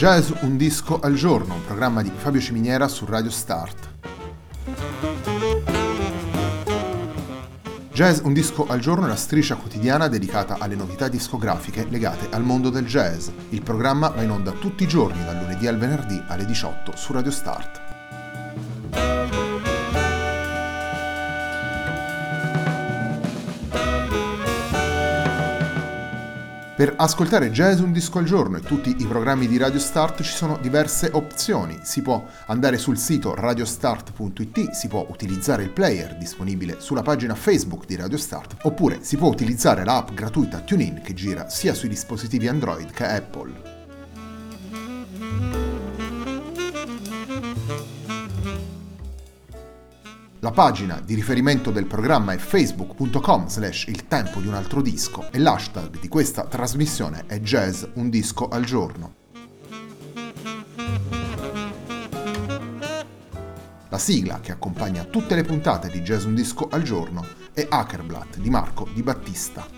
Jazz un disco al giorno, un programma di Fabio Ciminiera su Radio Start. Jazz un disco al giorno è la striscia quotidiana dedicata alle novità discografiche legate al mondo del jazz. Il programma va in onda tutti i giorni, dal lunedì al venerdì alle 18 su Radio Start. Per ascoltare Jazz un disco al giorno e tutti i programmi di Radio Start ci sono diverse opzioni. Si può andare sul sito radiostart.it, si può utilizzare il player disponibile sulla pagina Facebook di Radio Start, oppure si può utilizzare l'app gratuita TuneIn che gira sia sui dispositivi Android che Apple. La pagina di riferimento del programma è facebook.com/il tempo di un altro disco e l'hashtag di questa trasmissione è Jazz un disco al giorno. La sigla che accompagna tutte le puntate di Jazz un disco al giorno è Hackerblatt di Marco Di Battista.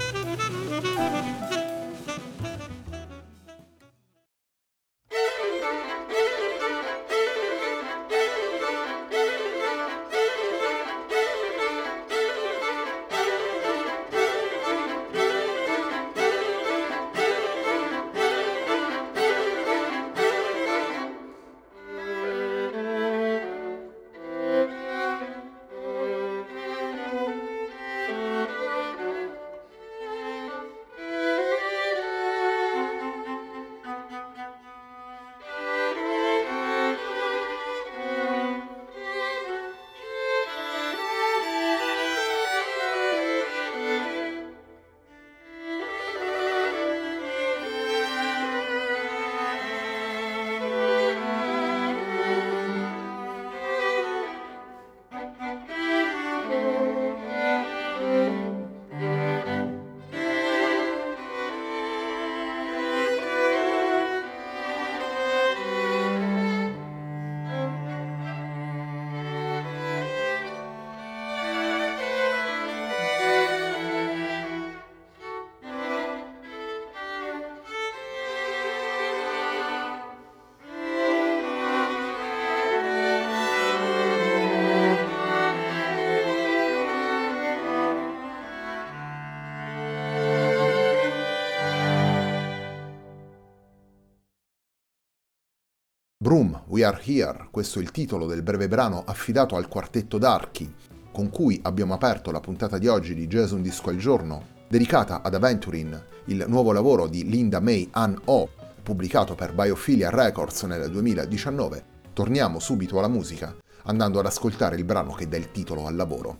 Broom, We Are Here, questo è il titolo del breve brano affidato al quartetto d'archi, con cui abbiamo aperto la puntata di oggi di Jazz un disco al giorno, dedicata ad Aventurin, il nuovo lavoro di Linda May Ann Oh, pubblicato per Biophilia Records nel 2019. Torniamo subito alla musica, andando ad ascoltare il brano che dà il titolo al lavoro.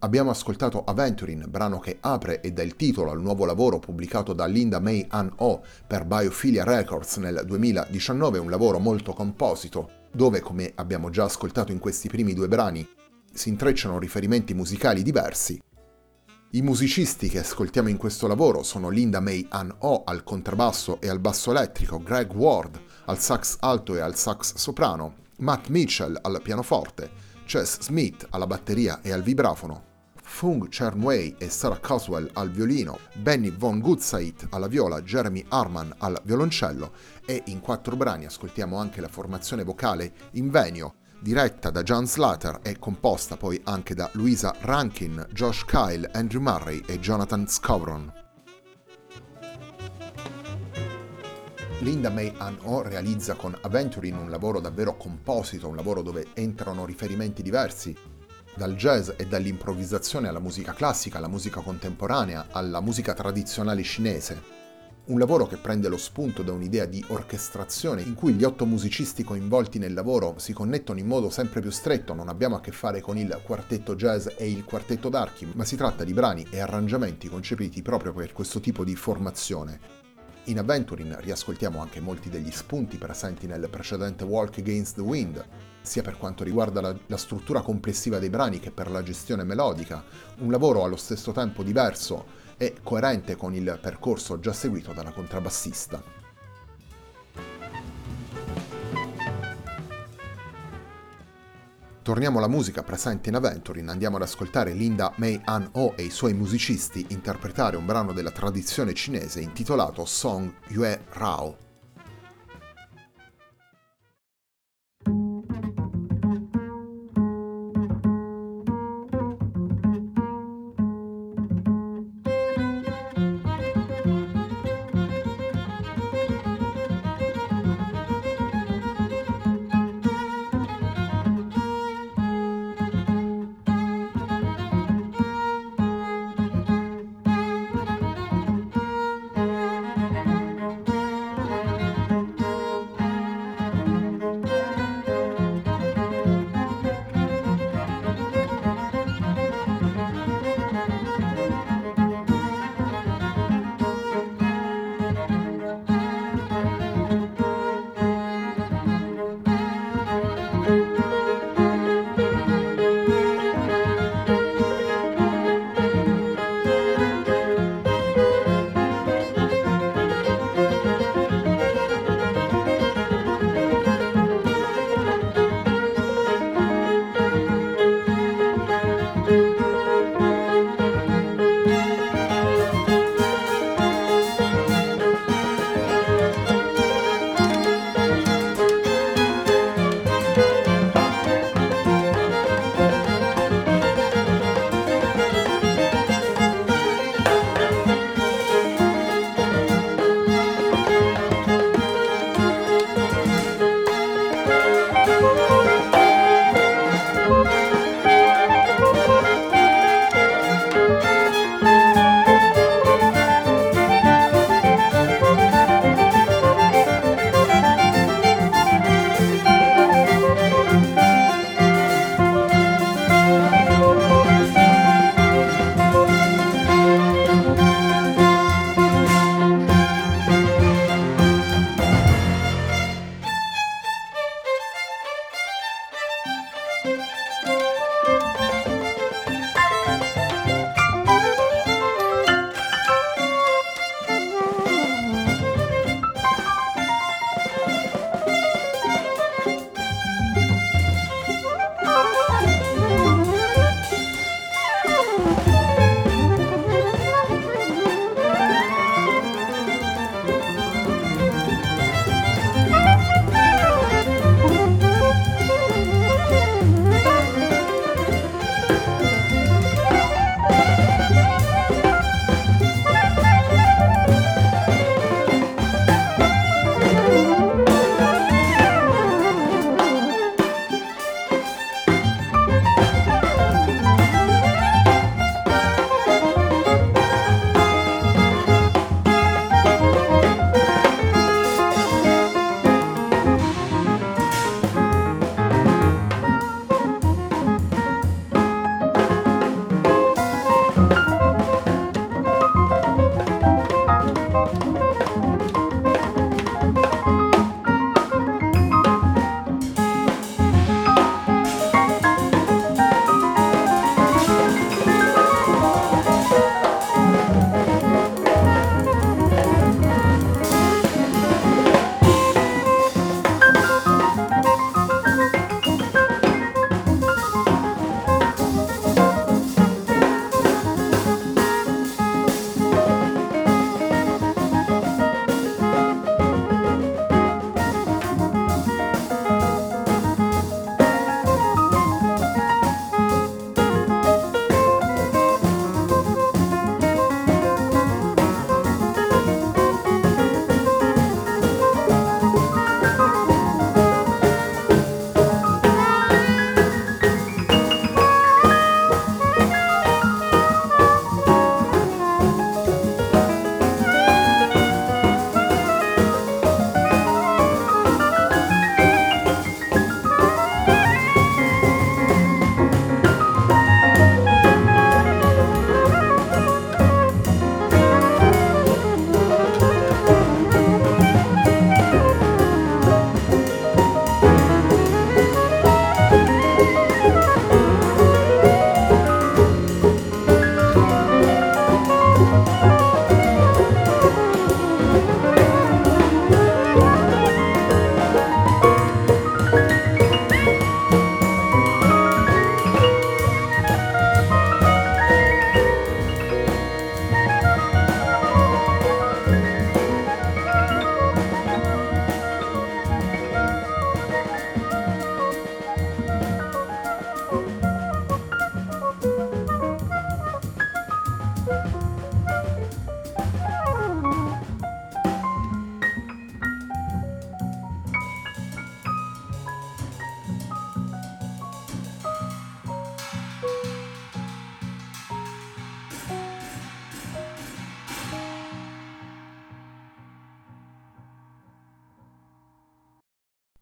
Abbiamo ascoltato Aventurin, brano che apre e dà il titolo al nuovo lavoro pubblicato da Linda May Ann Oh per Biophilia Records nel 2019, un lavoro molto composito, dove, come abbiamo già ascoltato in questi primi due brani, si intrecciano riferimenti musicali diversi. I musicisti che ascoltiamo in questo lavoro sono Linda May Ann Oh al contrabbasso e al basso elettrico, Greg Ward al sax alto e al sax soprano, Matt Mitchell al pianoforte, Chess Smith alla batteria e al vibrafono, Fung Chernwei e Sarah Coswell al violino, Benny Von Gutzeit alla viola, Jeremy Harman al violoncello e in 4 brani ascoltiamo anche la formazione vocale Invenio, diretta da John Slater e composta poi anche da Louisa Rankin, Josh Kyle, Andrew Murray e Jonathan Scovron. Linda May Ann Oh realizza con Aventurin un lavoro davvero composito, un lavoro dove entrano riferimenti diversi, dal jazz e dall'improvvisazione alla musica classica, alla musica contemporanea, alla musica tradizionale cinese. Un lavoro che prende lo spunto da un'idea di orchestrazione in cui gli 8 musicisti coinvolti nel lavoro si connettono in modo sempre più stretto. Non abbiamo a che fare con il quartetto jazz e il quartetto d'archi, ma si tratta di brani e arrangiamenti concepiti proprio per questo tipo di formazione. In Aventurin riascoltiamo anche molti degli spunti presenti nel precedente Walk Against the Wind, sia per quanto riguarda la struttura complessiva dei brani che per la gestione melodica, un lavoro allo stesso tempo diverso e coerente con il percorso già seguito dalla contrabbassista. Torniamo alla musica presente in Aventurin, andiamo ad ascoltare Linda May Ann Oh e i suoi musicisti interpretare un brano della tradizione cinese intitolato Song Yue Rao.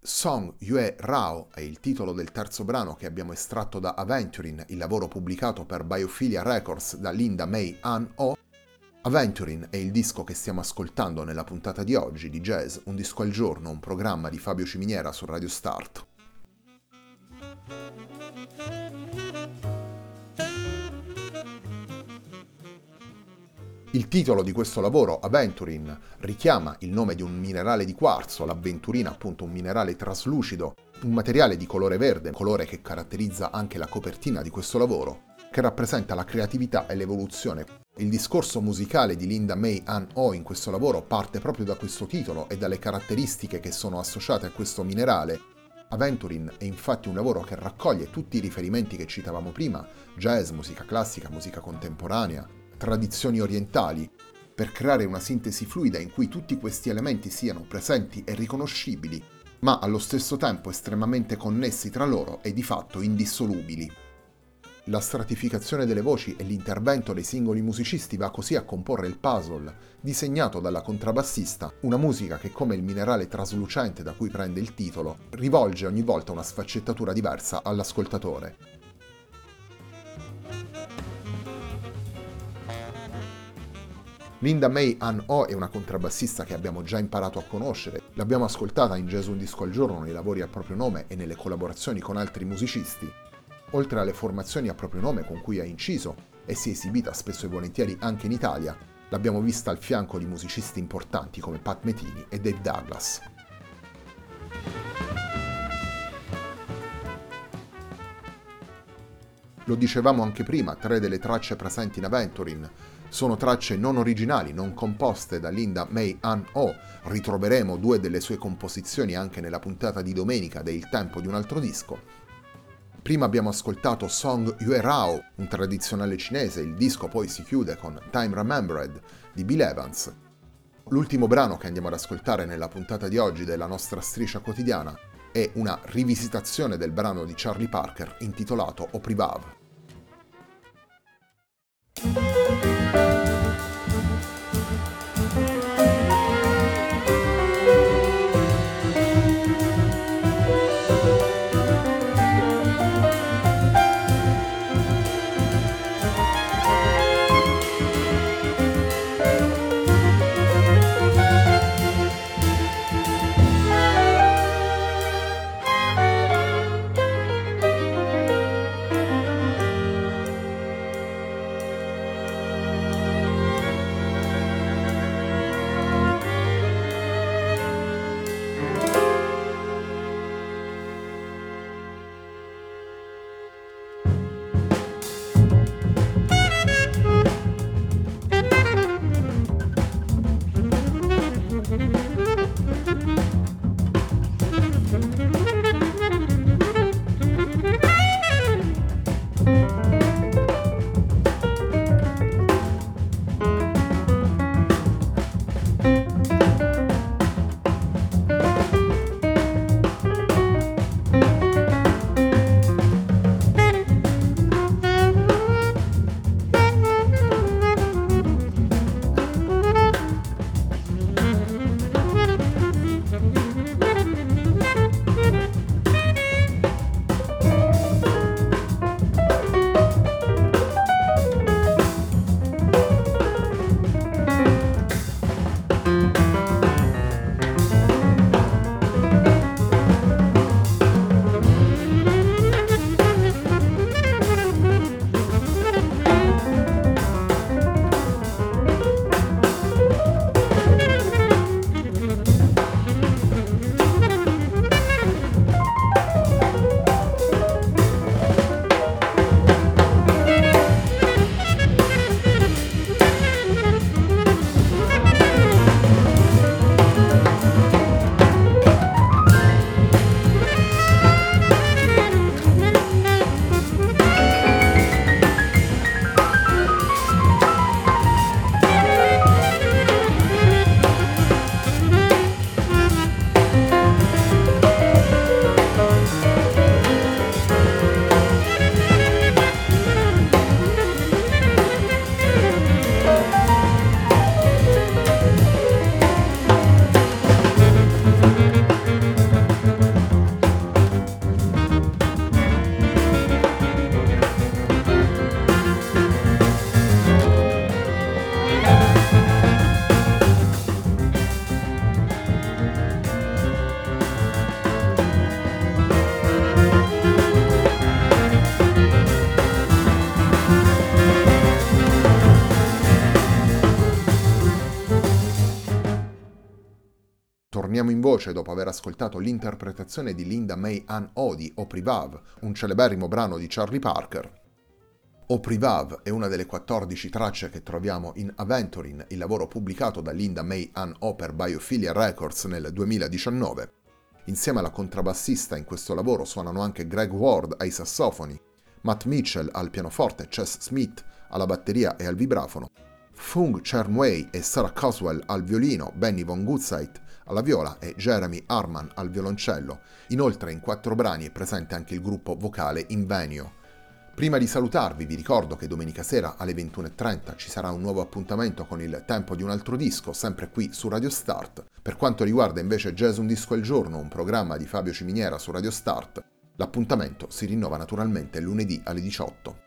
Song Yue Rao è il titolo del terzo brano che abbiamo estratto da Aventurin, il lavoro pubblicato per Biophilia Records da Linda May Han Oh. Aventurin è il disco che stiamo ascoltando nella puntata di oggi di Jazz Un Disco al Giorno, un programma di Fabio Ciminiera su Radio Start. Il titolo di questo lavoro, Aventurin, richiama il nome di un minerale di quarzo, l'avventurina, appunto un minerale traslucido, un materiale di colore verde, colore che caratterizza anche la copertina di questo lavoro, che rappresenta la creatività e l'evoluzione. Il discorso musicale di Linda May Han Oh in questo lavoro parte proprio da questo titolo e dalle caratteristiche che sono associate a questo minerale. Aventurin è infatti un lavoro che raccoglie tutti i riferimenti che citavamo prima, jazz, musica classica, musica contemporanea, tradizioni orientali, per creare una sintesi fluida in cui tutti questi elementi siano presenti e riconoscibili, ma allo stesso tempo estremamente connessi tra loro e di fatto indissolubili. La stratificazione delle voci e l'intervento dei singoli musicisti va così a comporre il puzzle disegnato dalla contrabbassista, una musica che, come il minerale traslucente da cui prende il titolo, rivolge ogni volta una sfaccettatura diversa all'ascoltatore. Linda May Han Oh è una contrabbassista che abbiamo già imparato a conoscere, l'abbiamo ascoltata in Jazz Un Disco al Giorno nei lavori a proprio nome e nelle collaborazioni con altri musicisti. Oltre alle formazioni a proprio nome con cui ha inciso e si è esibita spesso e volentieri anche in Italia, l'abbiamo vista al fianco di musicisti importanti come Pat Metheny e Dave Douglas. Lo dicevamo anche prima, 3 delle tracce presenti in Aventurin sono tracce non originali, non composte da Linda May Han Oh. Ritroveremo 2 delle sue composizioni anche nella puntata di domenica de Il tempo di un altro disco. Prima abbiamo ascoltato Song Yue Rao, un tradizionale cinese, il disco poi si chiude con Time Remembered di Bill Evans. L'ultimo brano che andiamo ad ascoltare nella puntata di oggi della nostra striscia quotidiana è una rivisitazione del brano di Charlie Parker intitolato Au Privav. Torniamo in voce dopo aver ascoltato l'interpretazione di Linda May Ann O di Oprivav, un celeberrimo brano di Charlie Parker. Oprivav è una delle 14 tracce che troviamo in Aventurin, il lavoro pubblicato da Linda May Ann O per Biophilia Records nel 2019. Insieme alla contrabbassista in questo lavoro suonano anche Greg Ward ai sassofoni, Matt Mitchell al pianoforte, Chess Smith alla batteria e al vibrafono, Fung Chernwei e Sarah Coswell al violino, Benny von Gutzeit alla viola e Jeremy Harman al violoncello. Inoltre in 4 brani è presente anche il gruppo vocale Invenio. Prima di salutarvi vi ricordo che domenica sera alle 21:30 ci sarà un nuovo appuntamento con il tempo di un altro disco, sempre qui su Radio Start. Per quanto riguarda invece Jazz Un Disco al Giorno, un programma di Fabio Ciminiera su Radio Start, l'appuntamento si rinnova naturalmente lunedì alle 18.